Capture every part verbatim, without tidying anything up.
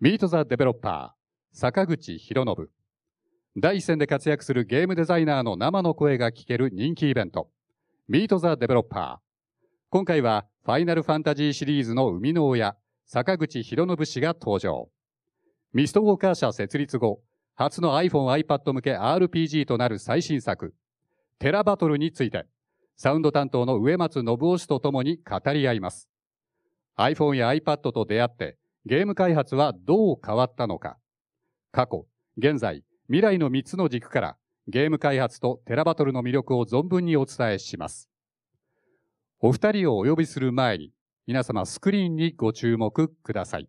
ミート・ザ・デベロッパー、坂口博信。第一線で活躍するゲームデザイナーの生の声が聞ける人気イベント、ミート・ザ・デベロッパー。今回は、ファイナルファンタジーシリーズの生みの親、坂口博信氏が登場。ミストウォーカー社設立後、初の iPhone、iPad 向け アールピージー となる最新作、テラバトルについて、サウンド担当の植松信夫氏と共に語り合います。iPhone や iPad と出会って、ゲーム開発はどう変わったのか。過去、現在、未来のみっつの軸からゲーム開発とテラバトルの魅力を存分にお伝えします。お二人をお呼びする前に、皆様スクリーンにご注目ください。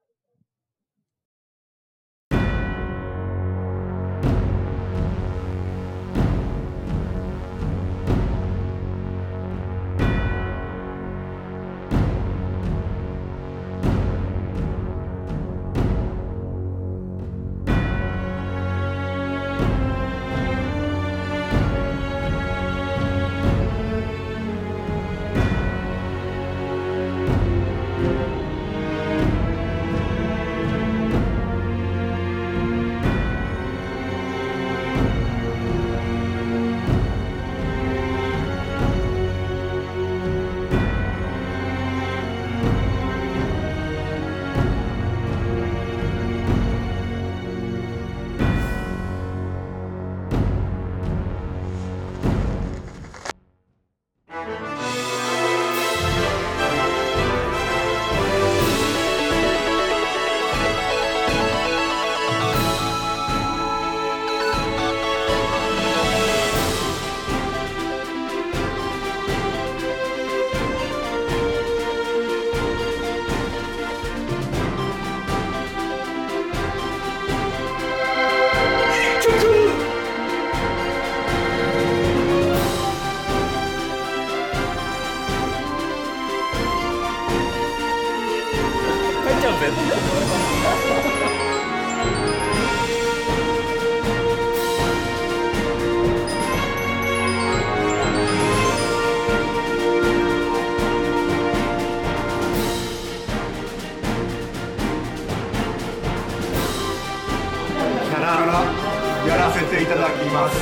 やらせていただきます。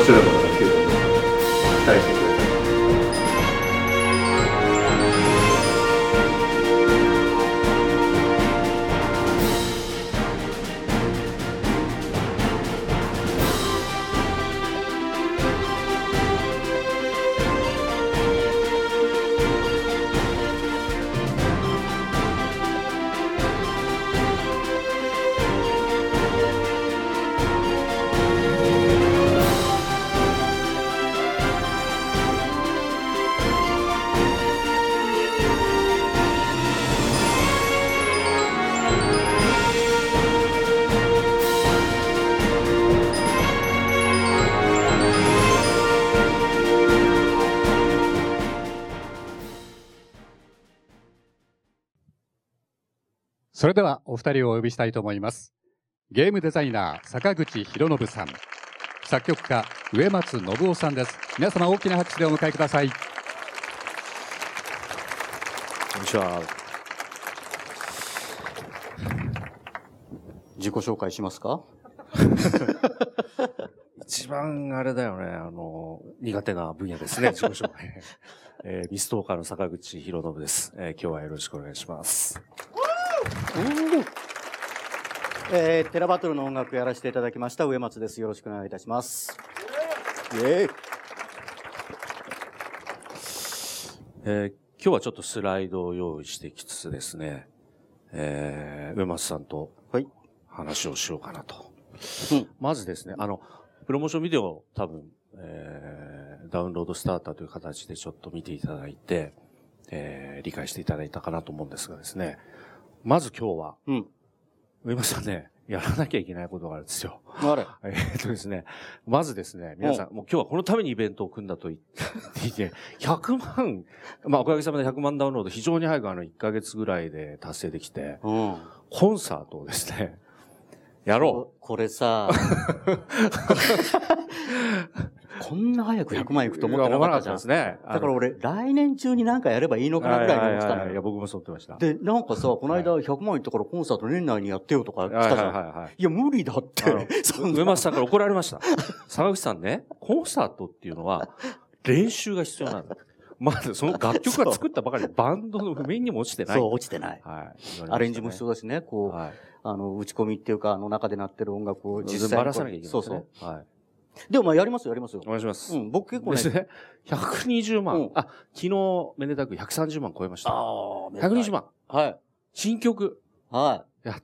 白いものができると思うので期待してください。 それではお二人をお呼びしたいと思います。ゲームデザイナー坂口博信さん、作曲家植松信夫さんです。皆様大きな拍手でお迎えください。 こんにちは。 自己紹介しますか？ 一番あれだよね、あの、苦手な分野ですね、自己紹介。えー、ミストーカーの坂口博信です。えー、今日はよろしくお願いします。 えー、テラバトルの音楽やらせていただきました植松です。よろしくお願いいたします。イエーイ。 えー、今日はちょっとスライドを用意してきつつですね、えー、植松さんと話をしようかなと。 うん、 まずですね、あの、プロモーションビデオ多分、えー、ダウンロードスターターという形でちょっと見ていただいて、えー、理解していただいたかなと思うんですがですね、まず今日は、うん、植松さんね、やらなきゃいけないことがあるんですよ。 あれえー、っとですね、まずですね、皆さん、もう今日はこのためにイベントを組んだと言っていて、ひゃくまん、まあおかげさまでひゃくまんダウンロード非常に早くあのいっかげつぐらいで達成できて、うん、コンサートをですね、やろう。 これさ、こんな早くひゃくまんいくと思ってなかったじゃん。 ですね。 だから俺、来年中に何かやればいいのかなぐらいに思ってたのよ。 いや、僕もそう思ってました。 で、なんかさ、この間ひゃくまんいったからコンサート年内にやってよとか来たじゃん。いや、無理だって。 植松さんから怒られました。坂口さんね、コンサートっていうのは、練習が必要なんだ。まず、その楽曲が作ったばかりで、バンドの譜面にも落ちてない。 そう、落ちてない。はい。アレンジも必要だしね、こう、あの、打ち込みっていうか、あの中で鳴ってる音楽を実際に。 ばらさなきゃいけない。 そうそう。はい。でもまあやりますよ、やりますよ。 お願いします。 うん、僕結構ね。 ですね。ひゃくにじゅうまん。うん、あ、昨日、めでたくひゃくさんじゅうまん超えました。ああ、ひゃくにじゅうまん。 はい。 新曲。 はい。 やって。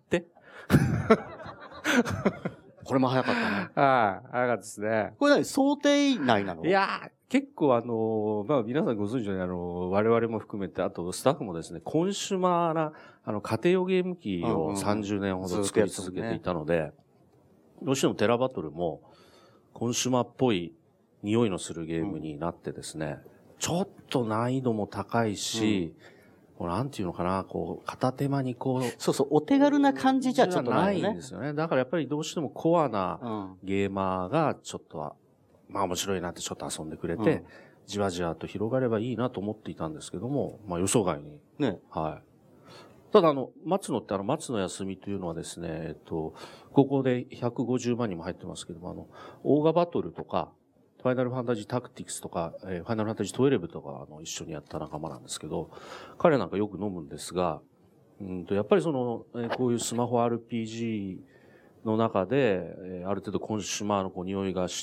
これも早かったね。 はい。早かったですね。 これ何想定内なの？ いやー、結構あのー、まあ皆さんご存知のようにあの、我々も含めて、あとスタッフもですね、コンシュマーな、あの、家庭用ゲーム機をさんじゅうねんほど作り続けていたので、どうしてもテラバトルも、コンシュマーっぽい匂いのするゲームになってですね、うん、ちょっと難易度も高いし、うん、こうなんていうのかな、こう、片手間にこう。 そうそう、お手軽な感じじゃちょっとない、ね、 ないんですよね。だからやっぱりどうしてもコアなゲーマーがちょっとは、まあ面白いなってちょっと遊んでくれて、うん、じわじわと広がればいいなと思っていたんですけども、まあ予想外に。ね。はい。ただあの、松野ってあの、松野休みというのはですね、えっと、ここでひゃくごじゅうまんにも入ってますけども、あの、オーガバトルとか、ファイナルファンタジータクティクスとか、えー、ファイナルファンタジーじゅうにとか、あの、一緒にやった仲間なんですけど、彼なんかよく飲むんですが、うんと、やっぱりその、えー、こういうスマホ アールピージー の中で、えー、ある程度コンシュマーのこう匂いがして、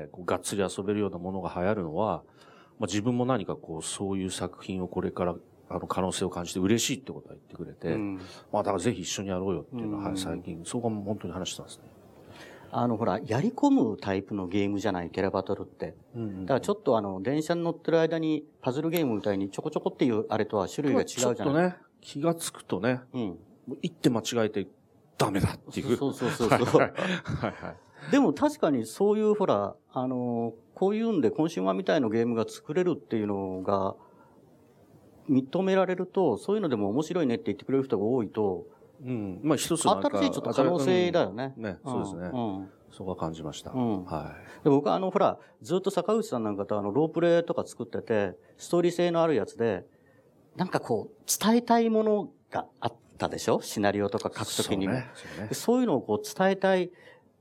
こうがっつり遊べるようなものが流行るのは、まあ、自分も何かこう、そういう作品をこれからあの可能性を感じて嬉しいってことは言ってくれて、うん、まあだからぜひ一緒にやろうよっていうのは、はい、最近、そうかも本当に話してますね。 あのほら、やり込むタイプのゲームじゃない、テラバトルって。うんうん、だからちょっとあの、電車に乗ってる間にパズルゲームみたいにちょこちょこっていうあれとは種類が違うじゃない。ちょっとね、 気がつくとね、うん、一手間違えてダメだっていう。 そうそうそうそう。はいはいはい、でも確かにそういうほら、あの、こういうんでコンシューマーみたいなゲームが作れるっていうのが、認められると、そういうのでも面白いねって言ってくれる人が多いと、 うん。まあ一つなんか新しいちょっと可能性だよね。 うん、ね、そうですね。うん。そこは感じました。うん。はい。で僕はあの、ほら、ずっと坂口さんなんかとあの、ロープレイとか作ってて、ストーリー性のあるやつで、なんかこう、伝えたいものがあったでしょ？シナリオとか書くときにも。そうね。そうね。そういうのをこう伝えたい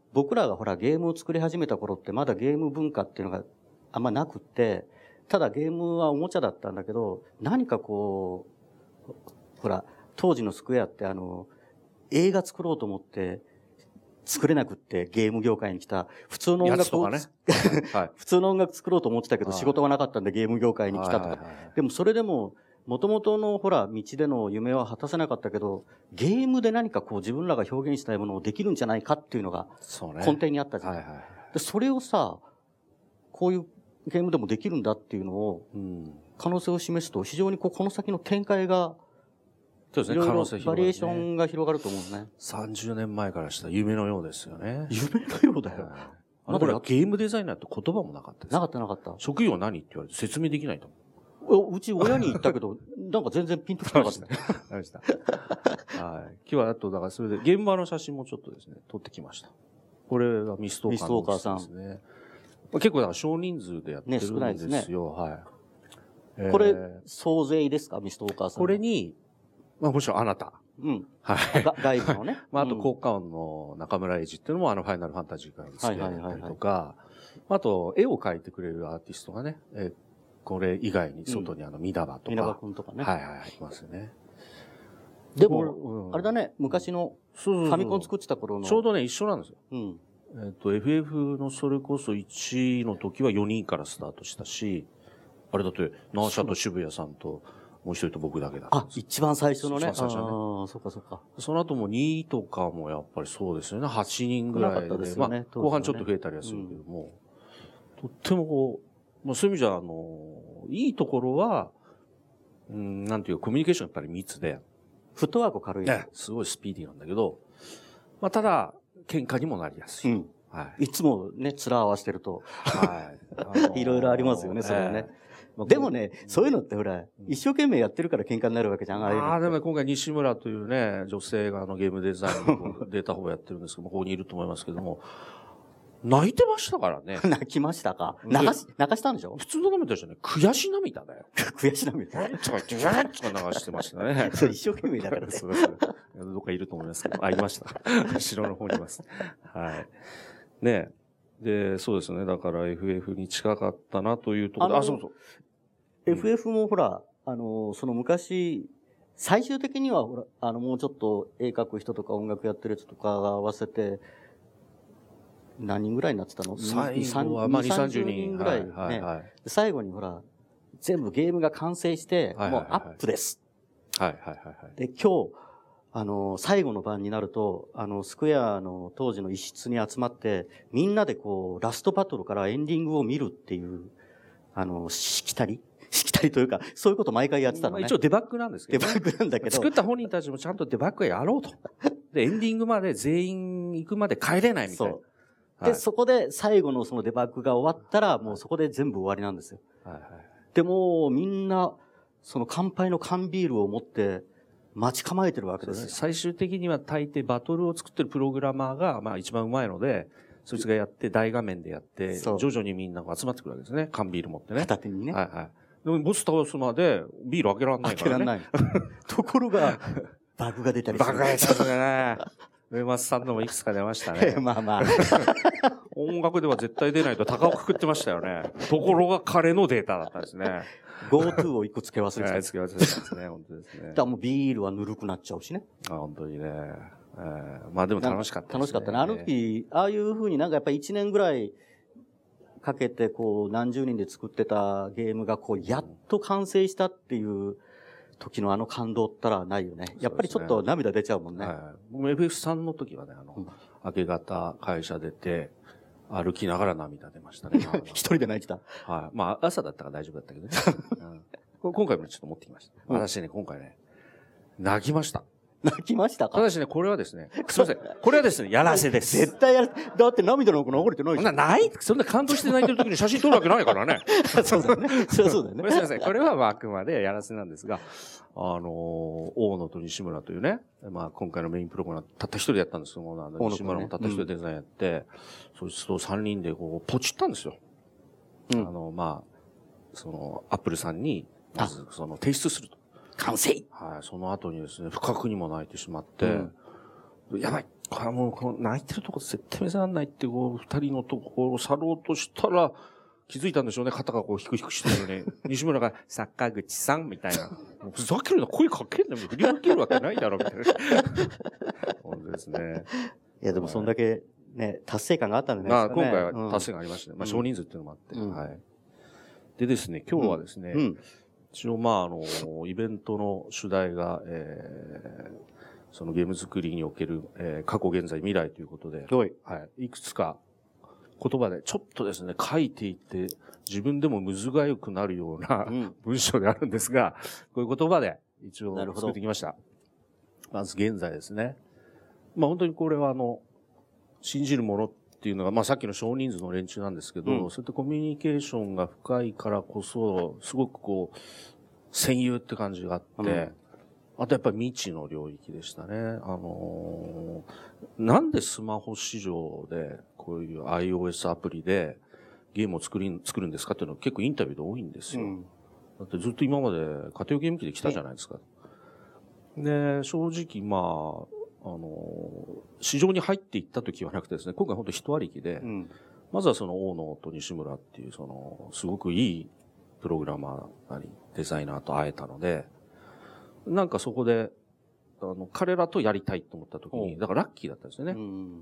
僕らがほらゲームを作り始めた頃ってまだゲーム文化っていうのがあんまなくって、ただゲームはおもちゃだったんだけど、何かこう、ほら、当時のスクエアってあの、映画作ろうと思って、作れなくってゲーム業界に来た、普通の音楽を、ねはい、普通の音楽作ろうと思ってたけど仕事がなかったんでゲーム業界に来たとか。でもそれでも、元々のほら、道での夢は果たせなかったけど、ゲームで何かこう自分らが表現したいものをできるんじゃないかっていうのが根底にあったじゃない。そ,、ねはいはい、でそれをさ、こういうゲームでもできるんだっていうのを、可能性を示すと非常にこうこの先の展開が、 そうですね、可能性広がる、ね。 バリエーションが広がると思うね。 さんじゅうねんまえからしたら夢のようですよね。 夢のようだよ。 あの頃はゲームデザイナーって言葉もなかったです。 なかったなかった。 職業何って言われて説明できないと思う。 うち親に言ったけど、なんか全然ピンときなかった。 ありました。はい。今日はあと、だからそれで現場の写真もちょっとですね、撮ってきました。これはミストーカーの、ね、ミストーカーさんですね。結構だから少人数でやってるんですよ。ね、少ないですね。はい。 えー、これ、総勢ですかミストーカーさん。 これに、まあもちろんあなた。 うん。 はい。 外部のね。 まああと、効果音の中村英二っていうのもあのファイナルファンタジーから付き合ったりとか、あと、絵を描いてくれるアーティストがね、えーこれ以外に外にあの、ミナバとか。 ミナバ君とかね。 はいはい、いますよね。 でも、あれだね、昔の、ファミコン作ってた頃の。 ちょうどね、一緒なんですよ。 うん。 えっと、エフエフ のそれこそいちの時はよにんからスタートしたし、あれだって、ナーシャと渋谷さんと、もう一人と僕だけだったんです。 あ、一番最初のね。 一番最初のね。ああ、そっかそっか。 その後もにとかもやっぱりそうですよね。はちにんぐらいで。でね、まあ、後半ちょっと増えたりはするけども、うん、とってもこう、まあ、そういう意味じゃ、あの、いいところは、うん、なんていうか、コミュニケーションやっぱり密で。 フットワーク軽い。 ね。すごいスピーディーなんだけど、まあ、ただ、喧嘩にもなりやすい。うん。 はい。いつもね、面合わせてると。はい。いろいろありますよね、それはね。えー、でもね、そういうのってほら、一生懸命やってるから喧嘩になるわけじゃん。 ああ、でも今回西村というね、女性があのゲームデザインのデータ方をやってるんですけども、ここにいると思いますけども、泣いてましたからね。 泣きましたか泣かし、泣かしたんでしょ普通の涙じゃない。悔し涙だよ。 悔し涙とか言って、やっとか流してましたね。 そう、一生懸命だからね。そうです。 どっかいると思いますけど。あ、いました。後ろの方にいます。はい。ねで、そうですね。だから エフエフ に近かったなというところで、あ、そうそう。 エフエフ もほら、あの、その昔、最終的にはほら、あの、もうちょっと絵描く人とか音楽やってる人とかが合わせて、何人ぐらいになってたの？ 最後は、まあ、にじゅう、さんじゅうにんぐらいね。はいはいはい、最後にほら、全部ゲームが完成して、もうアップです。 はいはいはいはい。 で、今日、あの、最後の晩になると、あの、スクエアの当時の一室に集まって、みんなでこう、ラストバトルからエンディングを見るっていう、あの、しきたりしきたりというか、そういうこと毎回やってたのね。 まあ、一応デバッグなんですけど、 ね。デバッグなんだけど。 作った本人たちもちゃんとデバッグやろうと。で、エンディングまで全員行くまで帰れないみたいな。そう。で、はい、そこで最後のそのデバッグが終わったら、もうそこで全部終わりなんですよ。はいはい、でも、みんな、その乾杯の缶ビールを持って、待ち構えてるわけですよ。 最終的には大抵バトルを作ってるプログラマーが、まあ一番うまいので、そいつがやって、大画面でやって、徐々にみんなが集まってくるわけですね。缶ビール持ってね。 片手にね。 はいはい。でもボス倒すまでビール開けらんないからね。 開けらんない。ところが、バグが出たりする。 バグが出たりするね。上松さんのもいくつか出ましたね。 まあまあ。 音楽では絶対出ないと高をくくってましたよね。ところが彼のデータだったんですね。 GoTo を一個付け忘れてた。 付け忘れてたんですね。本当ですね。 だからもうビールはぬるくなっちゃうしね。 あ、本当にね。えー、まあでも楽しかったですね。 楽しかったね。あの時、ああいう風になんかやっぱり一年ぐらいかけてこう何十人で作ってたゲームがこうやっと完成したっていう時のあの感動ったらないよね。やっぱりちょっと涙出ちゃうもんね。 はい。僕も エフエフさん の時はね、あの、うん、明け方会社出て、歩きながら涙出ましたね。 一人で泣いてた。 はい。まあ朝だったから大丈夫だったけどね。うん、今回もちょっと持ってきました。うん、私ね、今回ね、泣きました。 泣きましたか？ ただしね、これはですね、すいません。これはですね、やらせです。 絶対やらせ。だって涙の子流れてないじゃん。 そんな、ない、そんな感動して泣いてる時に写真撮るわけないからね。 そうだね。そうそうだよね。 すいません。これはあくまでやらせなんですが、あのー、大野と西村というね、まあ今回のメインプログラムたった一人でやったんですけど、あの西村もたった一人でデザインやって、うん、そいつと三人でこう、ポチったんですよ。うん、あの、まあ、その、アップルさんに、まずその、提出すると。 完成。 はい。その後にですね、不覚にも泣いてしまって、うん、やばいこれもう、この泣いてるとこ絶対見せられないって、こう、二人のところを去ろうとしたら、気づいたんでしょうね。肩がこう、ヒクヒクしてるのに。西村が、坂口さんみたいな。もうふざけるな、声かけんのに振り分けるわけないだろ、みたいな。本当ですね。 いや、でもそんだけ、ね、達成感があったんじゃまあ、 ないですかね。 今回は達成感ありましたね。 うん、 まあ、少人数っていうのもあって、 うん。 はい。でですね、今日はですね、うん、一応、まあ、あの、イベントの主題が、えー、そのゲーム作りにおける、えー、過去、現在、未来ということで、はい。いくつか言葉で、ちょっとですね、書いていて、自分でもむずがゆくなるような、うん、文章であるんですが、こういう言葉で一応作ってきました。まず現在ですね。まあ本当にこれはあの、信じるものっていうのが、まあさっきの少人数の連中なんですけど、うん、そういったコミュニケーションが深いからこそ、すごくこう、戦友って感じがあって、うん、あとやっぱり未知の領域でしたね。あのー、なんでスマホ市場で、こういう iOS アプリでゲームを作り、作るんですかっていうのは結構インタビューで多いんですよ。うん、だってずっと今まで家庭ゲーム機で来たじゃないですか。で、正直まあ、あの、市場に入っていった時はなくてですね、今回本当一割りで、うん、まずはその大野と西村っていう、その、すごくいいプログラマーなり、デザイナーと会えたので、なんかそこで、あの、彼らとやりたいと思った時に、だからラッキーだったんですよね。うん、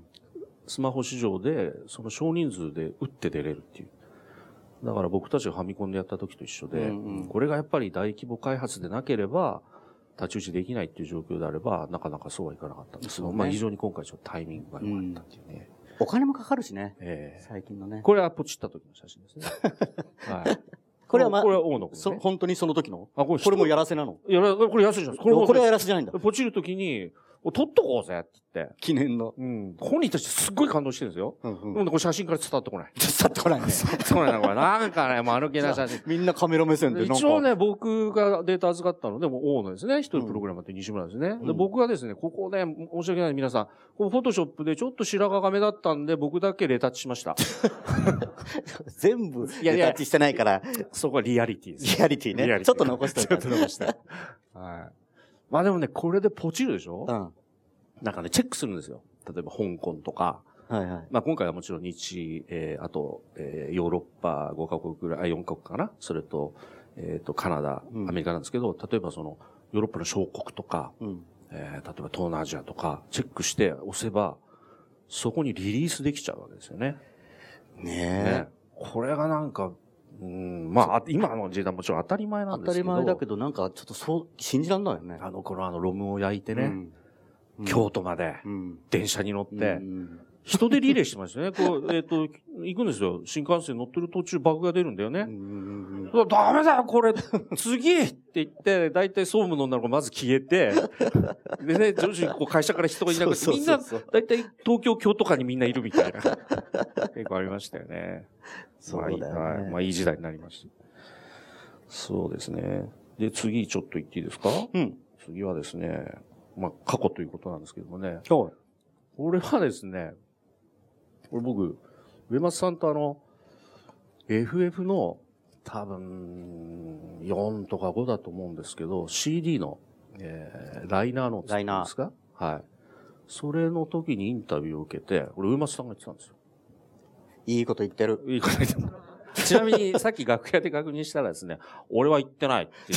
スマホ市場で、その少人数で打って出れるっていう。だから僕たちがファミコンでやった時と一緒で、うんうん、これがやっぱり大規模開発でなければ、太刀打ちできないっていう状況であれば、なかなかそうはいかなかったんですけど、ね、まあ非常に今回ちょっとタイミングが良かったっていうね。 うん、お金もかかるしね。ええー、最近のね。 これはポチった時の写真ですね。はい。 これはまあ、 これは大野君、ね。 そ、本当にその時のあ、これ、 これもやらせなのやら、これやらせじゃないですか。 これはやらせじゃないんだ。 ポチる時に、撮っとこうぜって言って。 記念の。 うん。本人たちすっごい感動してるんですよ。うんうん。でもこれ写真から伝わってこない。 伝わってこないね。 伝わってこないな、これ。なんかね、間抜けな写真。 みんなカメラ目線で。 一応ね、僕がデータ預かったので、もう大野ですね。一人プログラマーって西村ですね。うん、で僕はですね、ここね、申し訳ない皆さん、このフォトショップでちょっと白髪が目立ったんで、僕だけレタッチしました。 全部レタッチしてないから。 そこはリアリティです。 リアリティね。リアリティちょっと残しといた。 ちょっと残した。はい。まあでもね、これでポチるでしょ。うん。なんかね、チェックするんですよ。例えば香港とか。はいはい。まあ今回はもちろん日、えー、あと、えー、ヨーロッパごカ国ぐらい、あ、よんカ国かな。それと、えっ、ー、と、カナダ、アメリカなんですけど、うん、例えばその、ヨーロッパの小国とか、うん、えー、例えば東南アジアとか、チェックして押せば、そこにリリースできちゃうわけですよね。ねえ。ね、これがなんか、うん、まあ、今の時代もちろん当たり前なんですけど。 当たり前だけど、なんかちょっとそう、信じらんないよね。 あの頃あのロムを焼いてね。うん京都まで、電車に乗って、人でリレーしてましたね。こう、えっと、行くんですよ。新幹線乗ってる途中バグが出るんだよね。ダメだよ、これ次って言って、だいたい総務の女の子まず消えて、でね、徐々にこう会社から人がいなくて、みんな、だいたい東京、京都間にみんないるみたいな。結構ありましたよね。 そうだよね。 はい。まあ、いい時代になりました。そうですね。で、次ちょっと言っていいですか？うん。次はですね、まあ、過去ということなんですけどもね。はい。これはですね、これ僕、上松さんとあの、エフエフ の多分、よんとかごだと思うんですけど、シーディー の、えー、ライナーのライナーですか？はい。それの時にインタビューを受けて、これ上松さんが言ってたんですよ。 いいこと言ってる。 いいこと言ってる。ちなみに、さっき楽屋で確認したらですね、俺は言ってないっていう。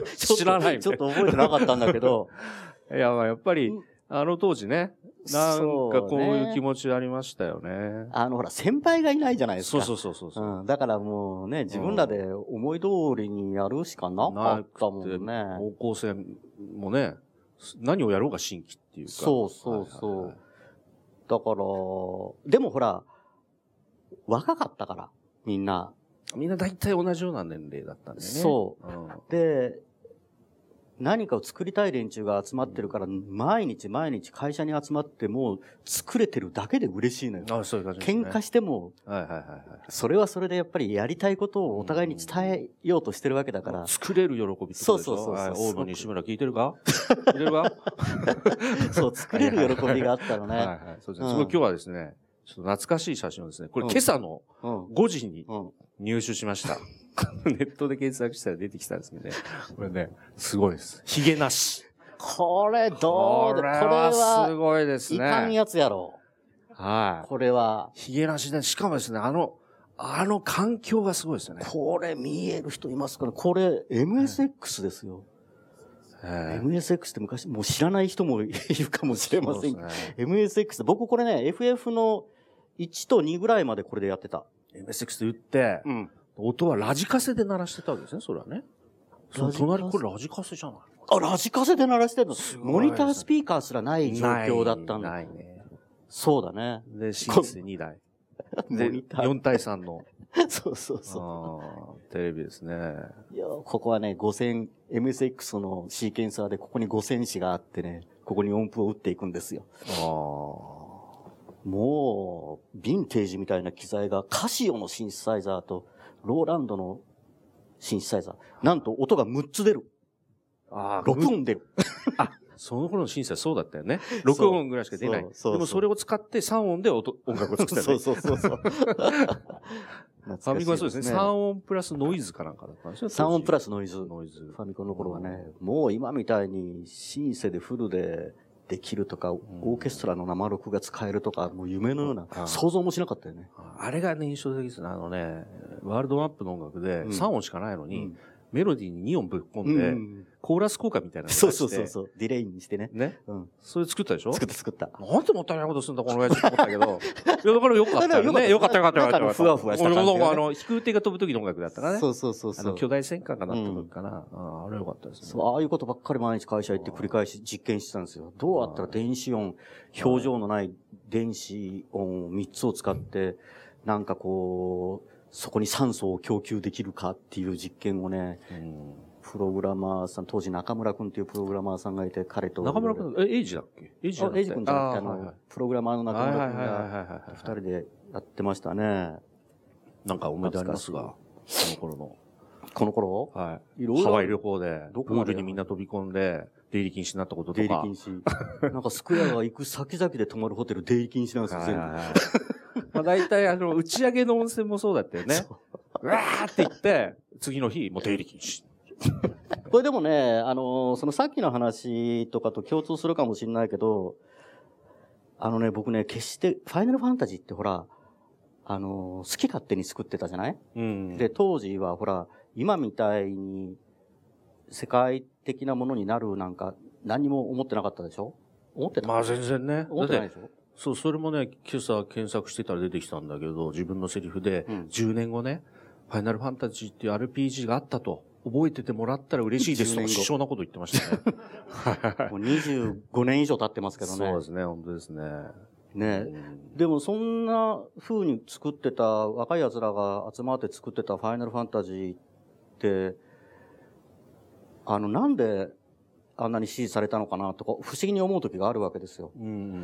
知らないみたいな。 ちょっと覚えてなかったんだけど。 いや、まあやっぱり、あの当時ね、なんかこういう気持ちありましたよね。 あのほら、先輩がいないじゃないですか。 そうそうそうそう、 うん。だからもうね、自分らで思い通りにやるしかなかったもんね。 方向性もね、何をやろうが新規っていうか。 そうそうそう。はいはいはい、だから、でもほら、若かったから、みんな。 みんな大体同じような年齢だったんだよね。 そう。うん、で、何かを作りたい連中が集まってるから、毎日毎日会社に集まってもう作れてるだけで嬉しいのよ。 あ、そういう感じですね。 喧嘩しても、 はいはいはいはい。 それはそれでやっぱりやりたいことをお互いに伝えようとしてるわけだから。 作れる喜びってことでしょ。 そうそうそうそう。 はい、大野西村聞いてるか聞いてるかそう、作れる喜びがあったのね。はいはい。 そうですね。うん、今日はですね、ちょっと懐かしい写真をですね、これ今朝のごじに入手しました。うんうん、ネットで検索したら出てきたんですけどね。これね、すごいです。髭なし。 これどうこれだこれはすは、 ごいですね。 いかんやつやろ。 はい。 これは。 ヒゲなしで、しかもですね、あの、あの環境がすごいですよね。 これ見える人いますかね。これ エムエスエックス ですよ。エムエスエックス って昔、もう知らない人もいるかもしれませんが、ね、エムエスエックス 僕これね、エフエフ のいちとにぐらいまでこれでやってた。 エムエスエックス で言って、うん、音はラジカセで鳴らしてたわけですね、それはね。その隣これラジカセじゃない。 あ、ラジカセで鳴らしてるの、ね、モニタースピーカーすらない状況だったんだ。 ないね。 そうだね。 で、シーツでにだい。で、よんたいさんの。 そうそうそう。 テレビですね。 いや、ここはね、ごせん、エムエスエックス のシーケンサーでここにごせん子があってね、ここに音符を打っていくんですよ。あもう、ヴィンテージみたいな機材がカシオのシンセサイザーとローランドのシンセサイザー。なんと音がむっつ出る。ああ、ろくおん出る。 あ、その頃のシンセはそうだったよね。ろくおんぐらいしか出ない。そうそうそうでもそれを使ってさんおんで音音楽を作ったよね。 そうそうそうそう。 ファミコンはそうですね。さんおんプラスノイズかなんかだったんですよ。 さんおんプラスノイズ。 ノイズ。 ファミコンの頃はね、もう今みたいにシンセでフルでできるとか、オーケストラの生録が使えるとか、もう夢のような、想像もしなかったよね。 あれがね、印象的ですね。あのね、ワールドマップの音楽でさんおんしかないのに、メロディーににおんぶっ込んで、うん、コーラス効果みたいなのそうそうそうそう。ディレイにしてね。 ね。うん。それ作ったでしょ？ 作った作った。 なんてもったいないことするんだ、この親父って思ったけど。いや、だからよかったよね。よかったよかったよかった。 ふわふわした感じ、ね。 あの、飛空艇が飛ぶ時の音楽だったからね。 そうそうそうそう。 あの、巨大戦艦がなった時かな。うん、ああれよかったですね。 そう、ああいうことばっかり毎日会社行って繰り返し実験してたんですよ。どうやったら電子音、表情のない電子音みっつを使って、なんかこう、そこに酸素を供給できるかっていう実験をね、うんプログラマーさん、当時中村くんっていうプログラマーさんがいて、彼と。 中村くん、え、エイジだっけエイジじゃなくて。 エイジくんじゃなくて、あの、はいはい、プログラマーの中村くんが、二人でやってましたね。 なんか思い出ありますが、この頃の。 この頃はい。いろいろ。ハワイ旅行で、プールにみんな飛び込んで、出入り禁止になったこととか。 出入り禁止。なんかスクエアが行く先々で泊まるホテル出入り禁止なんですよ、全部。 まあ大体あの、打ち上げの温泉もそうだったよね。うわーって言って、次の日、もう出入り禁止。 これでもね、あの、そのさっきの話とかと共通するかもしれないけど、あのね、僕ね、決して、ファイナルファンタジーってほら、あの、好き勝手に作ってたじゃない？うん。で、当時はほら、今みたいに世界的なものになるなんか何も思ってなかったでしょ？思ってた？ まあ全然ね。 思ってないでしょ？ そう、それもね、今朝検索してたら出てきたんだけど、自分のセリフで、じゅうねんごね、ファイナルファンタジーっていう アールピージー があったと。覚えててもらったら嬉しいですとか、失笑なこと言ってましたね。 もうにじゅうごねん以上経ってますけどね。 そうですね、本当ですね。 ね、うん、でもそんな風に作ってた、若い奴らが集まって作ってたファイナルファンタジーって、あの、なんであんなに支持されたのかなとか、不思議に思う時があるわけですよ。うん、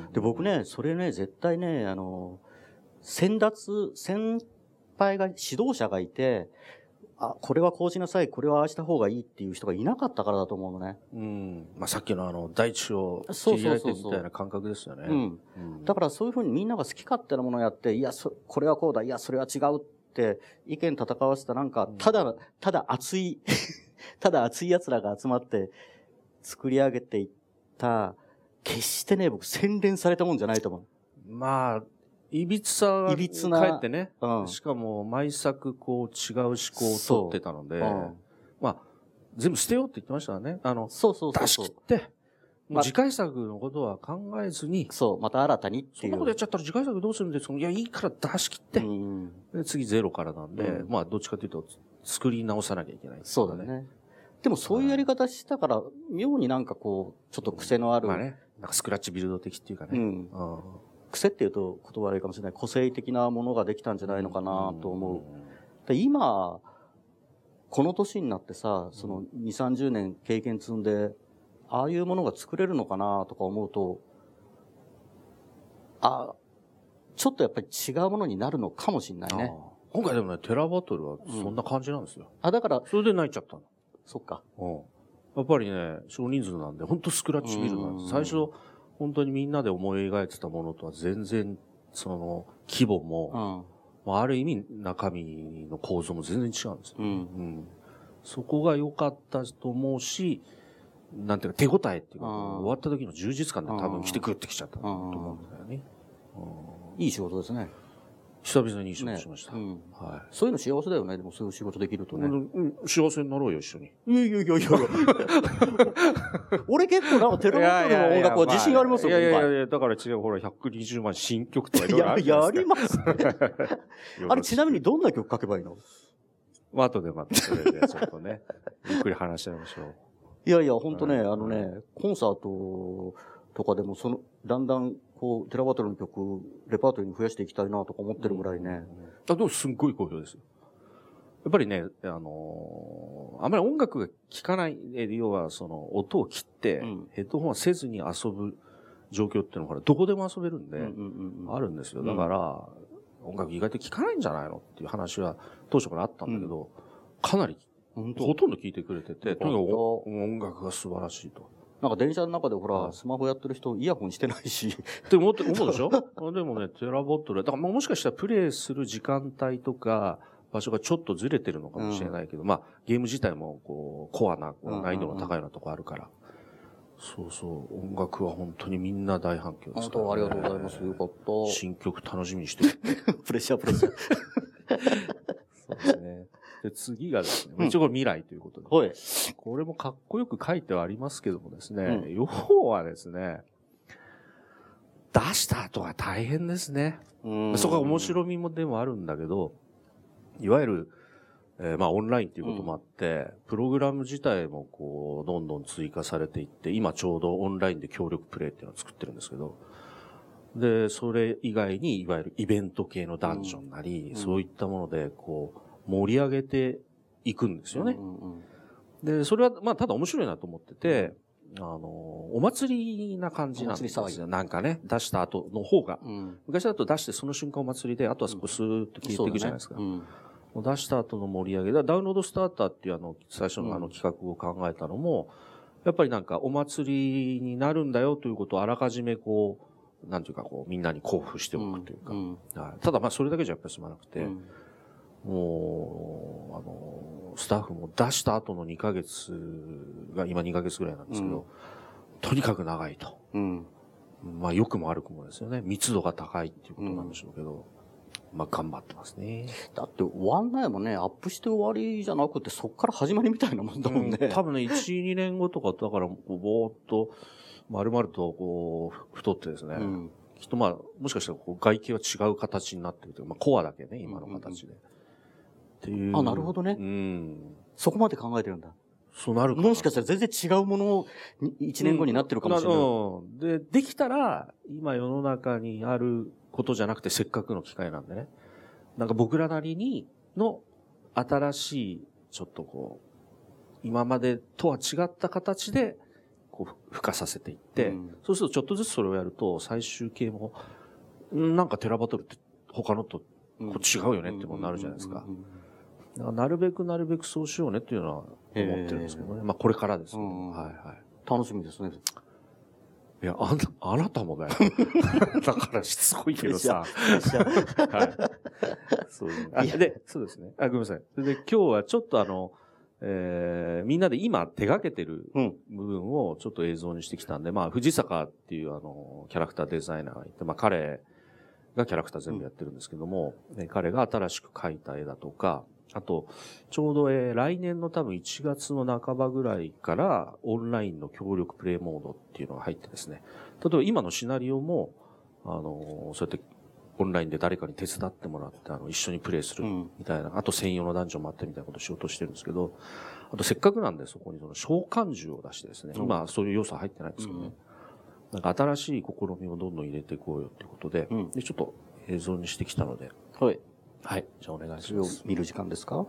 で、僕ね、それね、絶対ね、あの、先達、先輩が、指導者がいて、あ、これはこうしなさい、これはああした方がいいっていう人がいなかったからだと思うのね。 うん。まあ、さっきのあの、大地を切り上げてみたいな感覚ですよね。 うん。うん、だからそういうふうにみんなが好き勝手なものをやって、いや、そ、これはこうだ、いや、それは違うって意見戦わせたなんか、ただ、ただ熱い、ただ熱い奴らが集まって作り上げていった、決してね、僕洗練されたもんじゃないと思う。 まあ、いびつさがいびつな帰ってね、うん、しかも毎作こう違う思考を取ってたので、うん、まあ全部捨てようって言ってましたね。あのそうそうそう出し切ってもう次回作のことは考えずに、 そうまた新たにっていう。 そんなことやっちゃったら次回作どうするんですか。いやいいから出し切って、うん、で次ゼロからなんで、うん、まあどっちかというと作り直さなきゃいけない、ね。 そうだね。でもそういうやり方したから妙になんかこうちょっと癖のある、 まあね、なんかスクラッチビルド的っていうかね。うんうん癖っていうと言葉悪いかもしれない。個性的なものができたんじゃないのかなと思う。で今、この年になってさ、そのに、さんじゅうねん経験積んで、ああいうものが作れるのかなとか思うと、あ、ちょっとやっぱり違うものになるのかもしれないね。 今回でもね、テラバトルはそんな感じなんですよ。 うん、あ、だから。 それで泣いちゃったの。 そっか。 うん。やっぱりね、少人数なんで、ほんとスクラッチビルなんです。最初、本当にみんなで思い描いてたものとは全然、その、規模も、うん、まあ、ある意味中身の構造も全然違うんですよ、うんうん。そこが良かったと思うし、 なんていうか手応えっていうか、終わった時の充実感で多分来てくってきちゃったと思うんだよね。 いい仕事ですね。 久々にいい仕事しました。ねうんはい、そういうの幸せだよね。でもそういう仕事できるとね。 うん、幸せになろうよ、一緒に。 いやいやいやいや俺結構なんかテラボットルの音楽は自信ありますよ、 いやいやいや、だから違う、ほら、ひゃくにじゅうまん新曲とかいろいろあるじゃないですか。や、やりますね。あれちなみにどんな曲書けばいいの？ まあ、後でまたそれでちょっとね、ゆっくり話しちゃいましょう。 いやいや、ほんとね、あのね、コンサートとかでも、その、だんだん、こう、テラバトルの曲、レパートリーに増やしていきたいなとか思ってるぐらいね。 うん、あ、でもすんごい好評ですよ。やっぱりね、あのー、あまり音楽が聴かない、要はその、音を切って、うん、ヘッドホンはせずに遊ぶ状況っていうのが、どこでも遊べるんで、あるんですよ。だから、うん、音楽意外と聴かないんじゃないのっていう話は当初からあったんだけど、うん、かなり、ほとんど聴いてくれてて、とにかく音楽が素晴らしいと。 なんか電車の中でほら、スマホやってる人イヤホンしてないし。 って思って、思うでしょでもね、テラボットル、だからもしかしたらプレイする時間帯とか、場所がちょっとずれてるのかもしれないけど、うん、まあ、ゲーム自体もこう、コアな、こう難易度の高いようなとこあるから。そうそう、音楽は本当にみんな大反響ですから、ね。 本当ありがとうございます。よかった。 新曲楽しみにしてる。 プレッシャープレッシャー。 そうですね。で、次がですね、一応これ未来ということで。 はい。 これもかっこよく書いてはありますけどもですね、うん、要はですね、出した後が大変ですね。そこが面白みもでもあるんだけど、いわゆる、えー、まあオンラインっていうこともあって、うん、プログラム自体もこう、どんどん追加されていって、今ちょうどオンラインで協力プレイっていうのを作ってるんですけど、で、それ以外に、いわゆるイベント系のダンジョンなり、うん、そういったもので、こう、盛り上げていくんですよね。うんうんうん、で、それは、まあ、ただ面白いなと思ってて、あの、お祭りな感じなんですよ。なんかね、出した後の方が。うん、昔だと出してその瞬間お祭りで、あとはそこスーッと消えていくじゃないですか。うんうんもう出した後の盛り上げ。だダウンロードスターターっていうあの、最初のあの企画を考えたのも、やっぱりなんかお祭りになるんだよということをあらかじめこう、なんていうかこう、みんなに交付しておくというか。うんうん、ただまあそれだけじゃやっぱり済まなくて、うん、もう、あの、スタッフも出した後のにかげつが今にかげつぐらいなんですけど、うん、とにかく長いと。うん、まあ良くも悪くもですよね。密度が高いっていうことなんでしょうけど、うんまあ頑張ってますね。 だって終わんないもんね。アップして終わりじゃなくてそっから始まりみたいなもんだもんね。 うん、多分ね、いち、にねんごとかだからぼーっと丸々とこう太ってですね。うん、きっとまあもしかしたらこう外形は違う形になってるというか、まあコアだけね、今の形で。うんうん、っていう。 あ、なるほどね。うん。そこまで考えてるんだ。 そうなるかな。 もしかしたら全然違うものをいちねんごになってるかもしれない。 うん、で、できたら今世の中にあることじゃなくてせっかくの機会なんでね。なんか僕らなりにの新しい、ちょっとこう、今までとは違った形で、こう、付加させていって、うん、そうするとちょっとずつそれをやると、最終形も、なんかテラバトルって他のとこう違うよねってものになるじゃないですか。だからなるべくなるべくそうしようねっていうのは思ってるんですけどね。まあこれからですね、うん。はいはい。 楽しみですね。 いや、あんた、あなたもだよ。だからしつこいけどさ。はい。そうですね。あ、で、そうですね。あ、ごめんなさい。それで今日はちょっとあの、えー、みんなで今手掛けてる部分をちょっと映像にしてきたんで、うん、まあ、藤坂っていうあの、キャラクターデザイナーがいて、まあ彼がキャラクター全部やってるんですけども、うん、彼が新しく描いた絵だとか、あと、ちょうど、えー、来年の多分いちがつの半ばぐらいからオンラインの協力プレイモードっていうのが入ってですね。例えば今のシナリオも、あのー、そうやってオンラインで誰かに手伝ってもらって、あの、一緒にプレイするみたいな、うん、あと専用のダンジョンもあってみたいなことをしようとしてるんですけど、あとせっかくなんでそこにその召喚獣を出してですね、うん、今そういう要素は入ってないんですけどね。うん、なんか新しい試みをどんどん入れていこうよっていうことで、うん、で、ちょっと映像にしてきたので、 はい。 はい。じゃあお願いします。 それを見る時間ですか？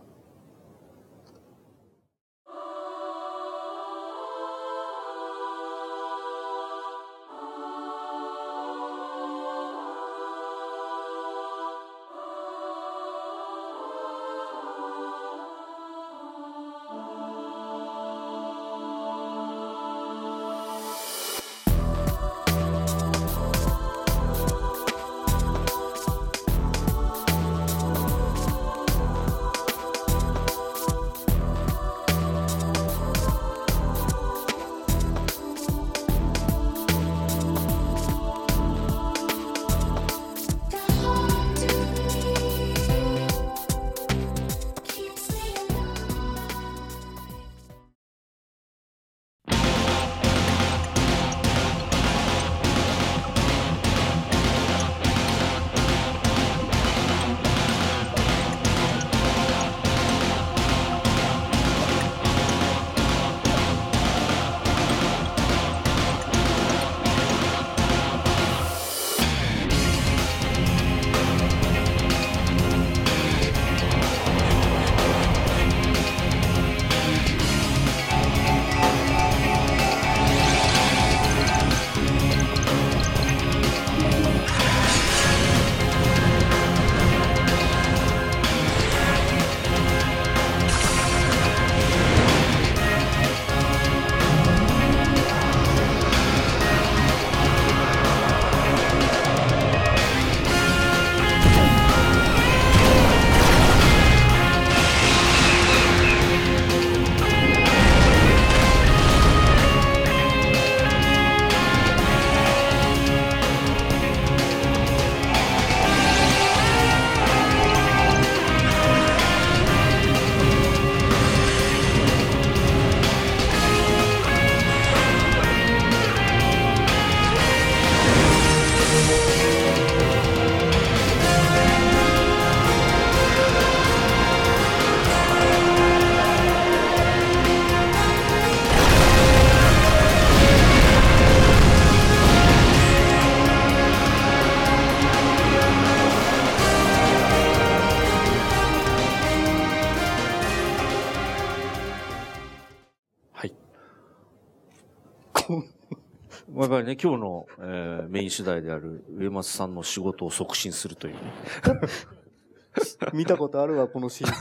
やっぱりね、今日の、えー、メイン主題である上松さんの仕事を促進するという。 見たことあるわ、このシーン。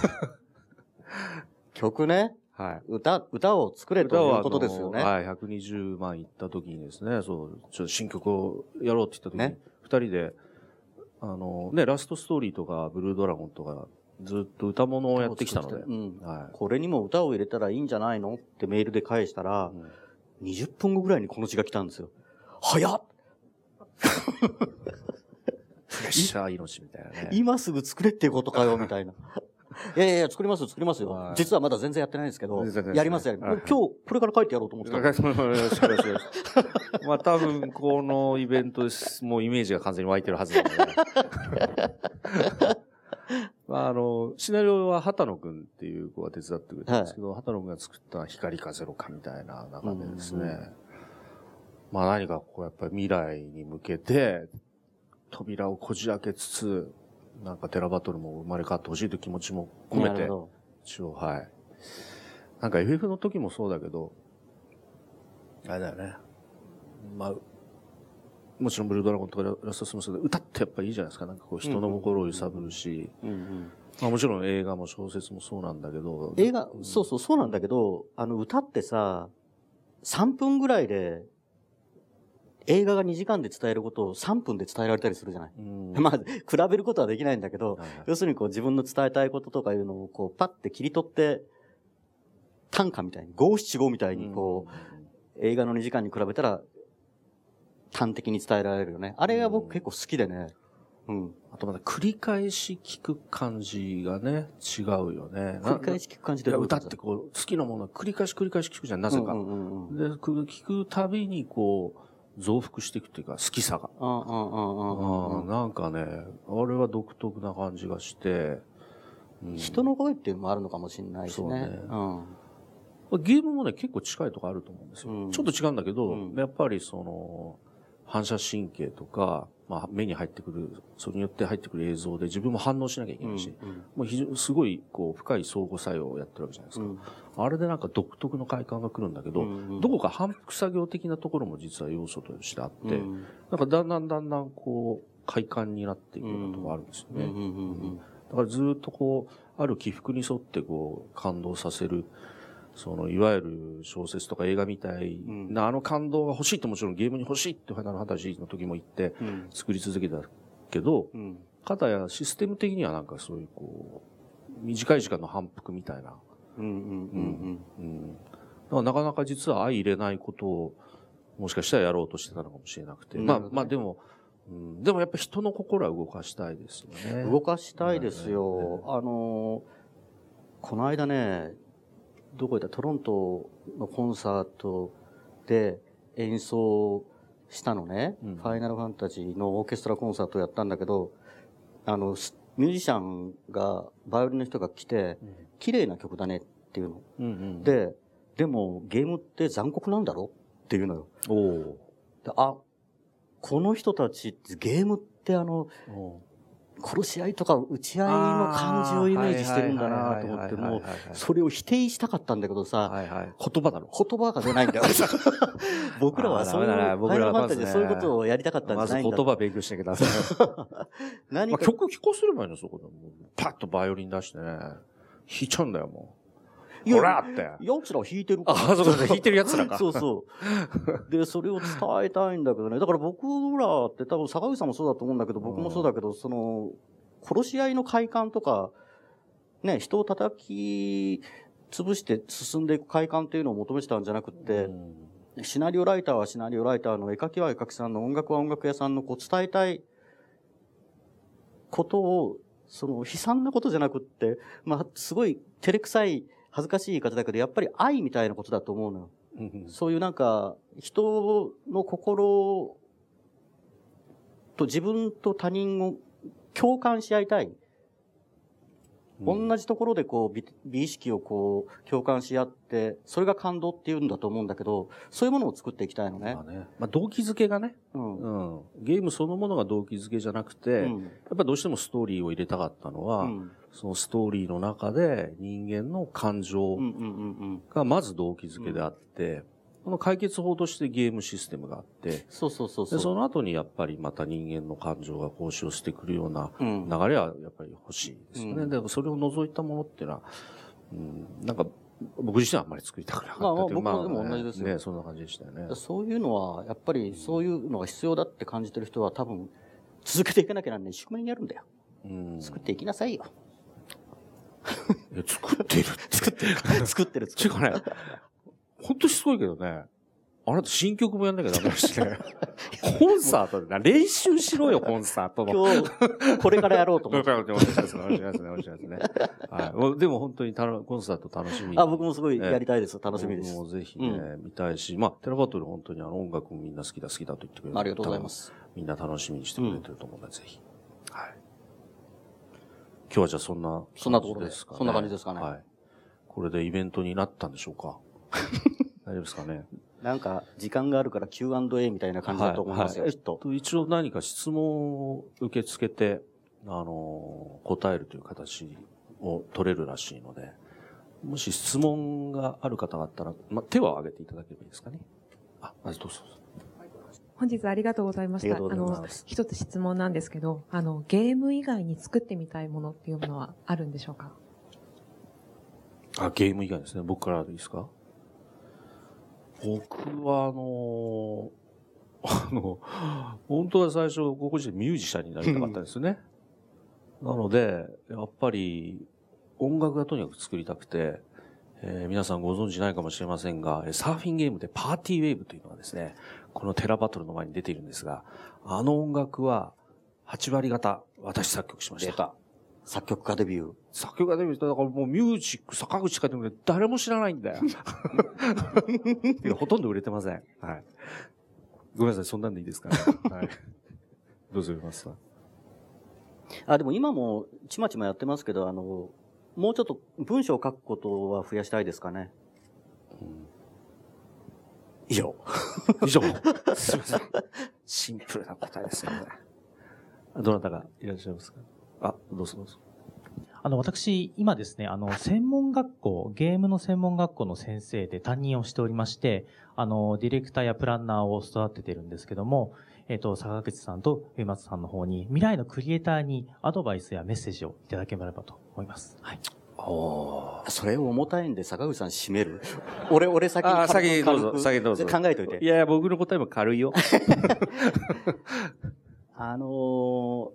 曲ね。 はい。 歌、歌を作れということですよね。 はい。ひゃくにじゅうまんいった時にですね、そう、ちょっと新曲をやろうって言った時に、ね、二人で、あの、ね、ラストストーリーとか、ブルードラゴンとか、ずっと歌物をやってきたので、うん、 はい、これにも歌を入れたらいいんじゃないのってメールで返したら、うん、にじゅっぷんごぐらいにこの字が来たんですよ。早っプレッシャー命みたいなね。 今すぐ作れっていうことかよ、みたいな。いやいや、作りますよ、作りますよ。はい、実はまだ全然やってないんですけど、やりますやります。今日、これから帰ってやろうと思ってた。 まあ多分、このイベントです。もうイメージが完全に湧いてるはずなので。まあ、あの、シナリオは畑野くんっていう子が手伝ってくれたんですけど、はい、畑野くんが作った光風ろかみたいな中でですね、うんうん、まあ何かこうやっぱり未来に向けて、扉をこじ開けつつ、なんかテラバトルも生まれ変わってほしいという気持ちも込めて、一応、はい。なんか エフエフ の時もそうだけど、あれだよね。まあ、もちろんブルードラゴンとかラストスもそうで、歌ってやっぱいいじゃないですか。なんかこう人の心を揺さぶるし、うんうん、まあもちろん映画も小説もそうなんだけど。 映画、うん、そうそうそうなんだけど、あの歌ってさ、さんぷんぐらいで、映画がにじかんで伝えることをさんぷんで伝えられたりするじゃない。うん、まあ、比べることはできないんだけど、はいはい、要するにこう自分の伝えたいこととかいうのをこうパッて切り取って、短歌みたいに、五七五みたいにこう、うん、映画のにじかんに比べたら、端的に伝えられるよね。あれが僕結構好きでね。うん。 あとまた繰り返し聞く感じがね、違うよね。 繰り返し聞く感じで。 歌ってこう、好きなものは繰り返し繰り返し聞くじゃん、なぜか。うんうんうん、で、聞くたびにこう、増幅していくっていうか、好きさが。うんうんうんうん、なんかね、あれは独特な感じがして、 うん、人の声っていうのもあるのかもしれないしね。そうね。 うん、ゲームもね、結構近いとこあると思うんですよ。うん、ちょっと違うんだけど、うん、やっぱりその、反射神経とか、まあ、目に入ってくる、それによって入ってくる映像で自分も反応しなきゃいけないし、うんうん、もう非常にすごい、こう、深い相互作用をやってるわけじゃないですか。うん、あれでなんか独特の快感が来るんだけど、うんうん、どこか反復作業的なところも実は要素としてあって、うん、なんかだんだんだんだんこう、快感になっていくようなところあるんですよね。だからずっとこう、ある起伏に沿ってこう、感動させる、その、いわゆる小説とか映画みたいな、あの感動が欲しいってもちろんゲームに欲しいってファイナルファンタジーの時も言って作り続けたけど、うん、かたやシステム的にはなんかそういうこう、短い時間の反復みたいな。うんうんうんうん。だからなかなか実は相入れないことをもしかしたらやろうとしてたのかもしれなくて。ね、まあまあでも、うん、でもやっぱ人の心は動かしたいですよね。 動かしたいですよ。ね、あのー、この間ね、どこ行ったトロントのコンサートで演奏したのね、うん、ファイナルファンタジーのオーケストラコンサートをやったんだけど、あの、ミュージシャンが、バイオリンの人が来て、うん、綺麗な曲だねっていうの、うんうん。で、でもゲームって残酷なんだろっていうのよ。おであ、この人たち、ゲームってあの、殺し合いとか打ち合いの感じをイメージしてるんだなと思って、もう、それを否定したかったんだけどさ、はいはい、 言葉だろ言葉が出ないんだよ。僕らはそういう、ファイナルファンタジーでそういうことをやりたかったんじゃないんだ。 まず言葉勉強しなきゃダメだ。何か、まあ、曲聴かせればいいの、そこで。パッとバイオリン出してね、弾いちゃうんだよ、もう。ほらって。 奴ら弾いてるから。 あ、そうそう、弾いてる奴らか。 そうそう。で、それを伝えたいんだけどね。だから僕らって多分坂口さんもそうだと思うんだけど、僕もそうだけど、その、殺し合いの快感とか、ね、人を叩き潰して進んでいく快感っていうのを求めてたんじゃなくって、シナリオライターはシナリオライターの、絵描きは絵描きさんの、音楽は音楽屋さんのこう伝えたいことを、その悲惨なことじゃなくって、まあ、すごい照れくさい、恥ずかしい言い方だけど、やっぱり愛みたいなことだと思うのよ。うんうん、そういうなんか、人の心と自分と他人を共感し合いたい。うん、同じところでこう美、美意識をこう、共感し合って、それが感動っていうんだと思うんだけど、そういうものを作っていきたいのね。 まあね。まあ動機づけがね。うん。うん。ゲームそのものが動機づけじゃなくて、うん、やっぱりどうしてもストーリーを入れたかったのは、うん、そのストーリーの中で人間の感情がまず動機づけであって、 この解決法としてゲームシステムがあって、 そうそうそうそう。 で、その後にやっぱりまた人間の感情が行使をしてくるような流れはやっぱり欲しいですよね。うん、でもそれを除いたものっていうのは、うん、なんか、僕自身はあんまり作りたくなかったっていう。 まあまあ僕も同じですよ。 ね、そんな感じでしたよね。 そういうのは、やっぱりそういうのが必要だって感じてる人は多分、続けていかなきゃなんない宿命にあるんだよ。うん、作っていきなさいよ。 いや作ってる作ってる作ってる作ってる。っていうかね、本当にすごいけどね、あなた新曲もやんなきゃダメだしね。コンサートでな、練習しろよ、コンサートの。 今日、これからやろうと思って。 お願いしますね、お願いしますね、お願いしますね。はい。でも本当にたのコンサート楽しみ。 あ、僕もすごいやりたいです。楽しみです。 僕もぜひね、うん、見たいし、まあ、テラバトル本当にあの音楽もみんな好きだ好きだと言ってくれる。 ありがとうございます。 みんな楽しみにしてくれてると思うので、うん、ぜひ。はい。今日はじゃあそんな、 そんなところですかね。そんな感じですかね。はい。 これでイベントになったんでしょうか。大丈夫ですかね。 なんか、時間があるから キューアンドエー みたいな感じだと思いますよ、 はいきっと。 一応何か質問を受け付けて、あの、答えるという形を取れるらしいので、もし質問がある方があったら、ま、手を挙げていただければいいですかね。あ、まずどうぞ。 本日ありがとうございました。あの、一つ質問なんですけど、あの、ゲーム以外に作ってみたいものっていうものはあるんでしょうか？ あ、ゲーム以外ですね。僕からでいいですか？僕は、あの、あの、本当は最初、高校時代ミュージシャンになりたかったんですよね。なので、やっぱり、音楽がとにかく作りたくて、えー、皆さんご存知ないかもしれませんが、サーフィンゲームでパーティーウェーブというのがですね、このテラバトルの前に出ているんですが、あの音楽ははち割方私作曲しました。 出た。作曲家デビュー。 作曲家デビューした。だからもうミュージック、坂口かっても誰も知らないんだよ。いやほとんど売れてません。はい。ごめんなさい、そんなんでいいですかね。はい。どうぞ、ますか。 あ、でも今もちまちまやってますけど、あの、もうちょっと文章を書くことは増やしたいですかね。うん、以上。 以上。すみません。シンプルな答えですよね。どなたがいらっしゃいますか？あ、どうぞどうぞ。 あの、私、今ですね、あの、専門学校、ゲームの専門学校の先生で担任をしておりまして、あの、ディレクターやプランナーを育ててるんですけども、えっと、坂口さんと上松さんの方に、未来のクリエイターにアドバイスやメッセージをいただければと思います。はい。 おー。それを重たいんで坂口さん締める？俺、俺先に。 あ、先どうぞ、先どうぞ。 考えといて。 いやいや、僕の答えも軽いよ。 あのー、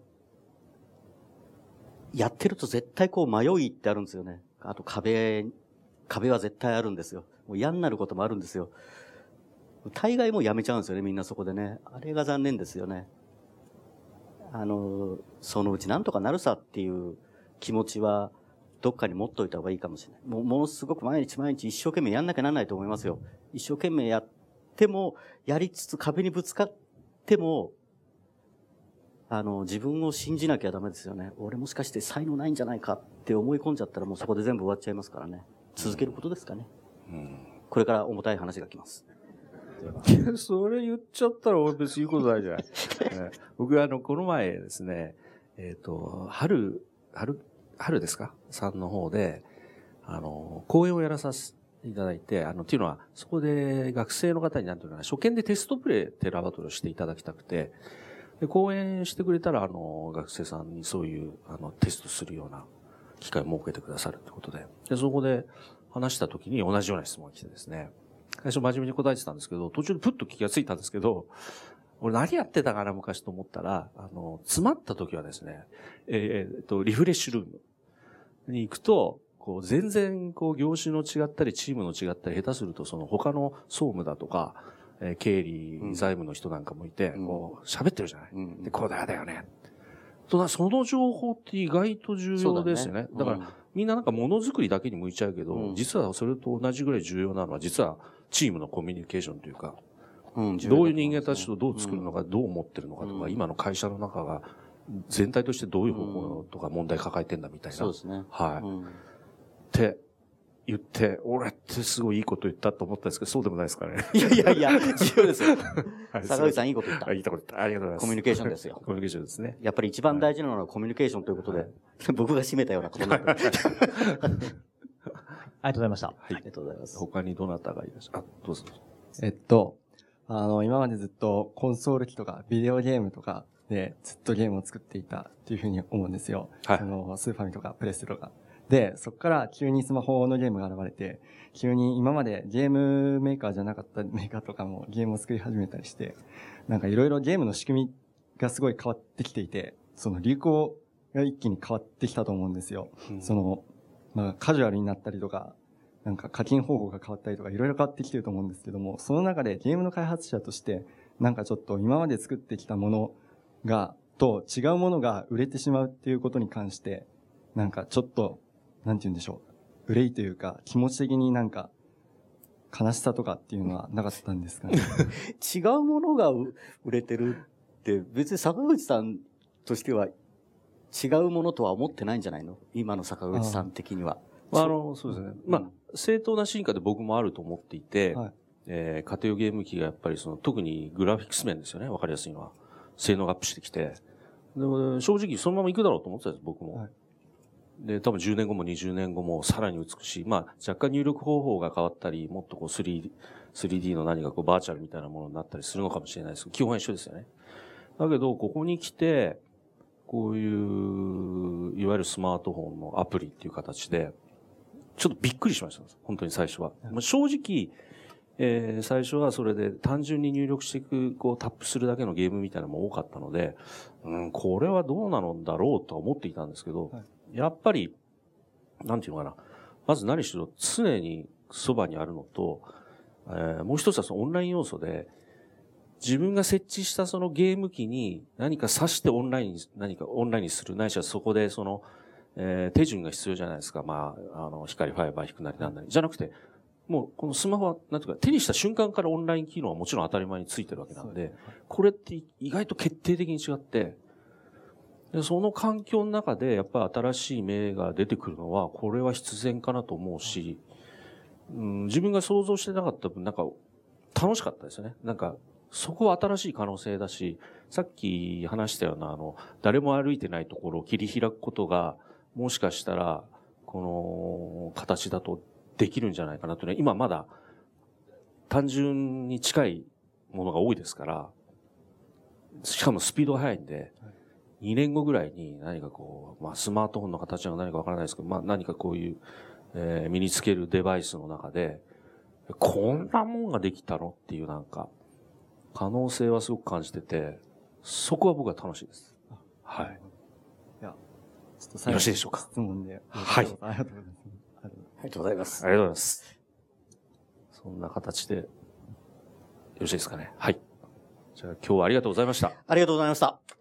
やってると絶対こう迷いってあるんですよね。あと壁、壁は絶対あるんですよ。もう嫌になることもあるんですよ。大概もうやめちゃうんですよね、みんなそこでね。あれが残念ですよね。あの、そのうちなんとかなるさっていう気持ちは、どっかに持っといた方がいいかもしれない。もう、ものすごく毎日毎日一生懸命やんなきゃならないと思いますよ。一生懸命やっても、やりつつ壁にぶつかっても、あの、自分を信じなきゃダメですよね。俺もしかして才能ないんじゃないかって思い込んじゃったらもうそこで全部終わっちゃいますからね。続けることですかね。うん、これから重たい話が来ます。 それ言っちゃったら俺別に言うことないじゃない。ね、僕はあの、この前ですね、えっと、春、春、春ですかさんの方で、あの、講演をやらさせていただいて、あの、っていうのは、そこで学生の方になんていうかな、初見でテストプレイ、テラバトルをしていただきたくて、で、講演してくれたら、あの、学生さんにそういう、あの、テストするような機会を設けてくださるってことで、で、そこで話した時に同じような質問が来てですね、最初真面目に答えてたんですけど、途中でプッと気がついたんですけど、俺何やってたかな昔と思ったら、あの、詰まった時はですね、えー、えっと、リフレッシュルームに行くと、こう、全然、こう、業種の違ったり、チームの違ったり、下手すると、その他の総務だとか、えー、経理、財務の人なんかもいて、うん、こう、喋ってるじゃない、うん、で、こうだよだよね。とその情報って意外と重要ですよね。だ, ねだから、うん、みんななんかものづくりだけに向いちゃうけど、うん、実はそれと同じぐらい重要なのは、実はチームのコミュニケーションというか、うん、どういう人間たちとどう作るのか、うん、どう思ってるのかとか、うん、今の会社の中が全体としてどういう方向とか問題抱えてんだみたいな。 そうですね。 はい。 うん、 って言って、俺ってすごいいいこと言ったと思ったんですけど、そうでもないですかね。 いやいやいや、重要ですよ。坂口さんいいこと言った。 いいこと言った。ありがとうございます。 コミュニケーションですよ。 コミュニケーションですね。 やっぱり一番大事なのはコミュニケーションということで、はい、僕が締めたようなことになって。 ありがとうございました。はい。 ありがとうございます。 他にどなたがいらっしゃる？あ、どうぞ。 えっと、あの、今までずっとコンソール機とかビデオゲームとかでずっとゲームを作っていたっていうふうに思うんですよ。はい。その、スーファミとかプレステとか。で、そこから急にスマホのゲームが現れて、急に今までゲームメーカーじゃなかったメーカーとかもゲームを作り始めたりして、なんかいろいろゲームの仕組みがすごい変わってきていて、その流行が一気に変わってきたと思うんですよ。うん、その、まあカジュアルになったりとか、なんか課金方法が変わったりとかいろいろ変わってきてると思うんですけども、その中でゲームの開発者として、なんかちょっと今まで作ってきたものが、と違うものが売れてしまうっていうことに関して、なんかちょっと、なんて言うんでしょう。憂いというか、気持ち的になんか、悲しさとかっていうのはなかったんですかね。 違うものが売れてるって、別に坂口さんとしては違うものとは思ってないんじゃないの？今の坂口さん的には。 あの、そうですね。まあ、正当な進化で僕もあると思っていて、はい、えー、家庭用ゲーム機がやっぱりその、特にグラフィックス面ですよね。わかりやすいのは。性能がアップしてきて。でも正直そのまま行くだろうと思ってたんです、僕も。はい、で、多分じゅうねんごもにじゅうねんごもさらに美しい。まあ、若干入力方法が変わったり、もっとこう スリーディー、スリーディー の何かこうバーチャルみたいなものになったりするのかもしれないですけど、基本は一緒ですよね。だけど、ここに来て、こういう、いわゆるスマートフォンのアプリっていう形で、ちょっとびっくりしました。本当に最初は。まあ、正直、えー、最初はそれで単純に入力していく、こうタップするだけのゲームみたいなのも多かったので、うん、これはどうなのだろうとは思っていたんですけど、はい、やっぱり、なんていうのかな。まず何しろ常にそばにあるのと、えー、もう一つはそのオンライン要素で、自分が設置したそのゲーム機に何か挿してオンラインに、何かオンラインにする、ないしはそこでその、えー、手順が必要じゃないですか。まあ、あの、光ファイバー引くなりなんなり。じゃなくて、もうこのスマホは、なんていうか、手にした瞬間からオンライン機能はもちろん当たり前についてるわけなんで、これって意外と決定的に違って、でその環境の中でやっぱり新しい芽が出てくるのは、これは必然かなと思うし、うん、自分が想像してなかった分、なんか楽しかったですよね。なんか、そこは新しい可能性だし、さっき話したような、あの、誰も歩いてないところを切り開くことが、もしかしたら、この形だとできるんじゃないかなとね、今まだ単純に近いものが多いですから、しかもスピードが速いんで、にねんごぐらいに何かこう、まあスマートフォンの形が何かわからないですけど、まあ何かこういう、えー、身につけるデバイスの中で、こんなもんができたのっていうなんか、可能性はすごく感じてて、そこは僕は楽しいです。はい。 いや、 ちょっとよろしいでしょうか。 質問で。 はい。 ありがとうございます。ありがとうございます。 ありがとうございます。そんな形で、よろしいですかね。はい。じゃあ今日はありがとうございました。 ありがとうございました。